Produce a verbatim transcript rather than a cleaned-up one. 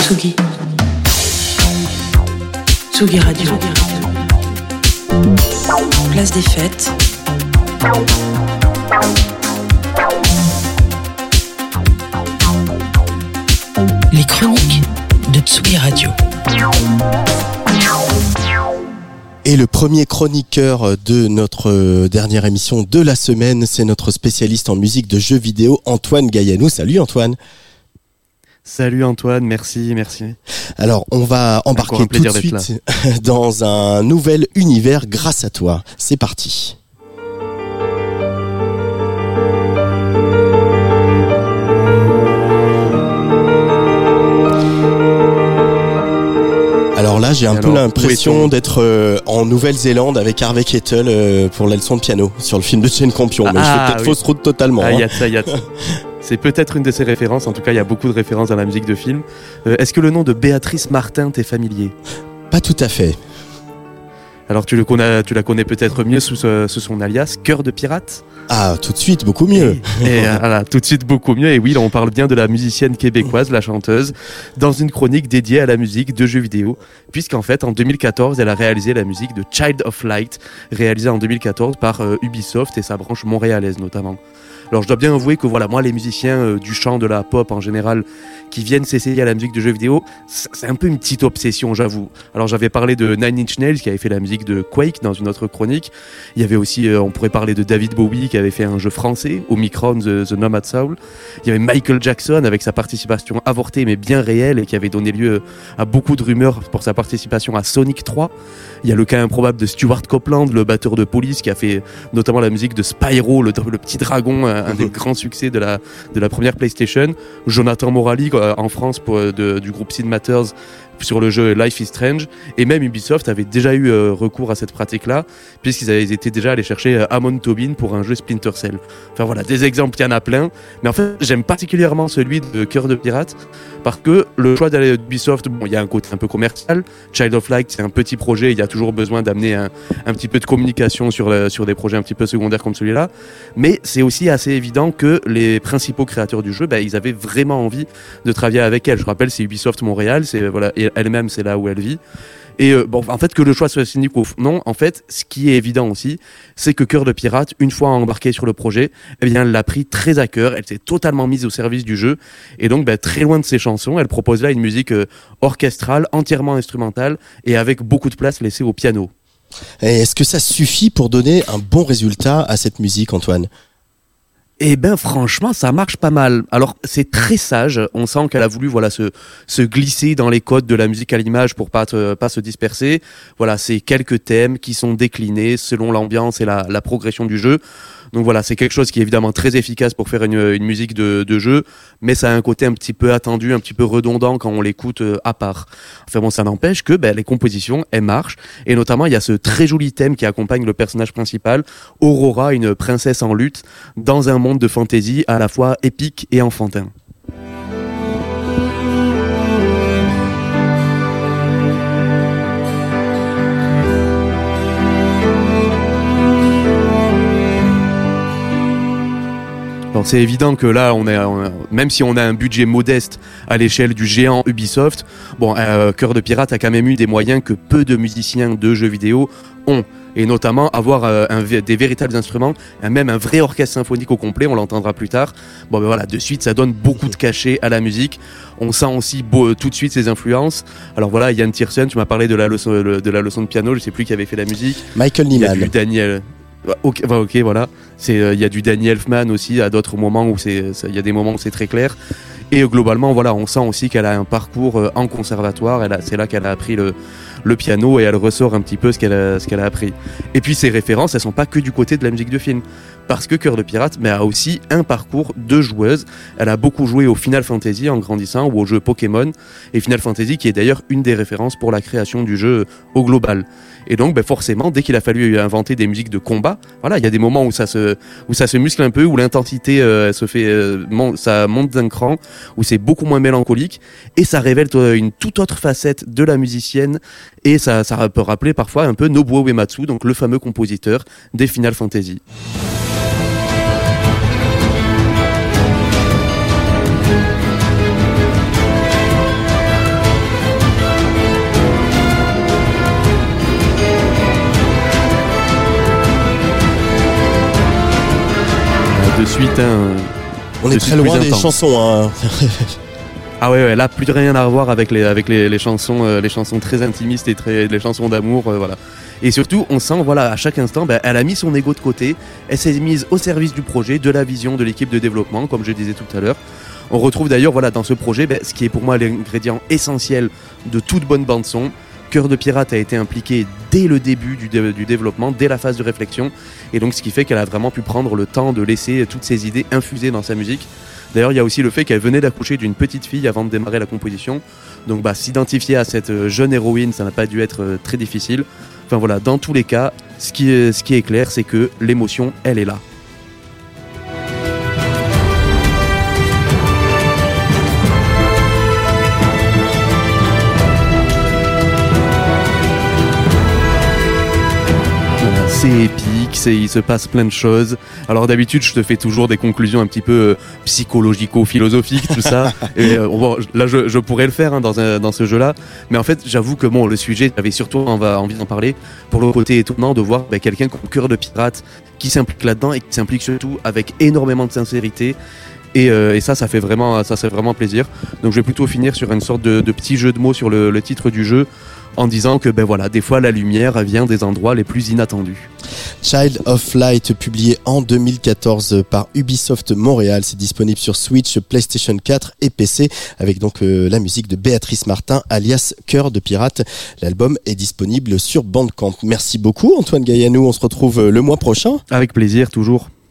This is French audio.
Tsugi. Tsugi Radio. Place des Fêtes. Les chroniques de Tsugi Radio. Et le premier chroniqueur de notre dernière émission de la semaine, c'est notre spécialiste en musique de jeux vidéo, Antoine Gaillanou. Salut Antoine. Salut Antoine, merci, merci. Alors, on va embarquer tout de suite dans un nouvel univers grâce à toi. C'est parti. Alors là, j'ai un alors, peu l'impression d'être euh, en Nouvelle-Zélande avec Harvey Keitel euh, pour la leçon de piano sur le film de Jane Campion. Ah, mais je fais peut-être oui. fausse route totalement. Ah, hein. y a de ça, y a de ça. C'est peut-être une de ses références, en tout cas il y a beaucoup de références dans la musique de film. Euh, est-ce que le nom de Béatrice Martin t'est familier ? Pas tout à fait. Alors tu, le connais, tu la connais peut-être mieux sous, ce, sous son alias Cœur de Pirate ? Ah, tout de suite, beaucoup mieux. Et, et euh, voilà, tout de suite beaucoup mieux. Et oui, là on parle bien de la musicienne québécoise, la chanteuse, dans une chronique dédiée à la musique de jeux vidéo, puisqu'en fait en deux mille quatorze, elle a réalisé la musique de Child of Light, réalisée en deux mille quatorze par euh, Ubisoft et sa branche montréalaise notamment. Alors je dois bien avouer que voilà, moi les musiciens euh, du chant, de la pop en général, qui viennent s'essayer à la musique de jeux vidéo, c'est un peu une petite obsession, j'avoue. Alors j'avais parlé de Nine Inch Nails qui avait fait la musique de Quake dans une autre chronique. Il y avait aussi, euh, on pourrait parler de David Bowie qui avait fait un jeu français, Omicron, The, The Nomad Soul. Il y avait Michael Jackson avec sa participation avortée mais bien réelle et qui avait donné lieu à beaucoup de rumeurs pour sa participation à Sonic trois. Il y a le cas improbable de Stuart Copeland, le batteur de Police, qui a fait notamment la musique de Spyro, le, le petit dragon, un des grands succès de la, de la première PlayStation. Jonathan Morali euh, en France pour, de, du groupe Sid Matters sur le jeu Life is Strange, et même Ubisoft avait déjà eu euh, recours à cette pratique-là, puisqu'ils avaient été déjà allés chercher euh, Amon Tobin pour un jeu Splinter Cell. Enfin voilà, des exemples, il y en a plein, mais en fait j'aime particulièrement celui de Cœur de Pirate, parce que le choix d'aller d'Ubisoft, bon, il y a un côté un peu commercial. Child of Light, c'est un petit projet, il y a toujours besoin d'amener un, un petit peu de communication sur, le, sur des projets un petit peu secondaires comme celui-là, mais c'est aussi assez évident que les principaux créateurs du jeu, bah, ils avaient vraiment envie de travailler avec elle. Je rappelle, c'est Ubisoft Montréal, c'est, voilà, et elle-même, c'est là où elle vit. Et euh, bon, en fait, que le choix soit cynique ou non, en fait, ce qui est évident aussi, c'est que Cœur de Pirate, une fois embarquée sur le projet, eh bien, elle l'a pris très à cœur, elle s'est totalement mise au service du jeu, et donc, bah, très loin de ses chansons, elle propose là une musique euh, orchestrale, entièrement instrumentale, et avec beaucoup de place laissée au piano. Et est-ce que ça suffit pour donner un bon résultat à cette musique, Antoine ? Eh ben franchement, ça marche pas mal. Alors c'est très sage. On sent qu'elle a voulu voilà se se glisser dans les codes de la musique à l'image pour pas te, pas se disperser. Voilà, c'est quelques thèmes qui sont déclinés selon l'ambiance et la, la progression du jeu. Donc voilà, c'est quelque chose qui est évidemment très efficace pour faire une, une musique de, de jeu, mais ça a un côté un petit peu attendu, un petit peu redondant quand on l'écoute euh, à part. Enfin bon, ça n'empêche que ben, les compositions, elles marchent, et notamment il y a ce très joli thème qui accompagne le personnage principal, Aurora, une princesse en lutte, dans un monde de fantasy à la fois épique et enfantin. Bon, c'est évident que là, on est, on a, même si on a un budget modeste à l'échelle du géant Ubisoft, bon, euh, Cœur de Pirate a quand même eu des moyens que peu de musiciens de jeux vidéo ont. Et notamment avoir euh, un, des véritables instruments, même un vrai orchestre symphonique au complet, on l'entendra plus tard. Bon ben voilà, de suite ça donne beaucoup de cachet à la musique. On sent aussi beau, tout de suite ses influences. Alors voilà, Yann Tiersen, tu m'as parlé de la leçon de la leçon de piano, je sais plus qui avait fait la musique. Michael Nyman. Il y a du Daniel. Ok, bah ok, voilà. C'est, il euh, y a du Danny Elfman aussi à d'autres moments où c'est, il y a des moments où c'est très clair. Et euh, globalement, voilà, on sent aussi qu'elle a un parcours euh, en conservatoire. Elle a, c'est là qu'elle a appris le, le piano et elle ressort un petit peu ce qu'elle a, ce qu'elle a appris. Et puis ses références, elles sont pas que du côté de la musique de film, parce que Cœur de Pirate, mais a aussi un parcours de joueuse. Elle a beaucoup joué au Final Fantasy en grandissant ou au jeu Pokémon, et Final Fantasy qui est d'ailleurs une des références pour la création du jeu au global. Et donc, ben forcément, dès qu'il a fallu inventer des musiques de combat, voilà, il y a des moments où ça se, où ça se muscle un peu, où l'intensité euh, se fait, euh, mon, ça monte d'un cran, où c'est beaucoup moins mélancolique, et ça révèle euh, une toute autre facette de la musicienne, et ça, ça peut rappeler parfois un peu Nobuo Uematsu, donc le fameux compositeur des Final Fantasy. suite. Hein, On est très loin des chansons. Hein. Ah ouais, ouais, là plus rien à voir avec les avec les, les chansons euh, les chansons très intimistes et très les chansons d'amour, euh, voilà. Et surtout, on sent voilà à chaque instant, ben, elle a mis son ego de côté, elle s'est mise au service du projet, de la vision de l'équipe de développement, comme je disais tout à l'heure. On retrouve d'ailleurs voilà dans ce projet ben, ce qui est pour moi l'ingrédient essentiel de toute bonne bande son. Cœur de Pirate a été impliqué dès le début du, dé- du développement, dès la phase de réflexion, et donc ce qui fait qu'elle a vraiment pu prendre le temps de laisser toutes ses idées infuser dans sa musique. D'ailleurs, il y a aussi le fait qu'elle venait d'accoucher d'une petite fille avant de démarrer la composition, donc bah, s'identifier à cette jeune héroïne, ça n'a pas dû être très difficile. Enfin voilà, dans tous les cas, ce qui est, ce qui est clair, c'est que l'émotion, elle est là. C'est épique, c'est, il se passe plein de choses. Alors d'habitude, je te fais toujours des conclusions un petit peu euh, psychologico-philosophiques, tout ça. Et euh, bon, là, je, je pourrais le faire hein, dans, un, dans ce jeu-là. Mais en fait, j'avoue que bon, le sujet, j'avais surtout envie d'en parler pour le côté étonnant de voir bah, quelqu'un comme Cœur de Pirate qui s'implique là-dedans et qui s'implique surtout avec énormément de sincérité. Et, euh, et ça, ça fait vraiment, ça fait vraiment plaisir. Donc, je vais plutôt finir sur une sorte de, de petit jeu de mots sur le, le titre du jeu, en disant que ben voilà, des fois la lumière vient des endroits les plus inattendus. Child of Light, publié en deux mille quatorze par Ubisoft Montréal, c'est disponible sur Switch, PlayStation quatre et P C, avec donc euh, la musique de Béatrice Martin, alias Cœur de Pirate. L'album est disponible sur Bandcamp. Merci beaucoup Antoine Gaillanou, on se retrouve le mois prochain. Avec plaisir, toujours.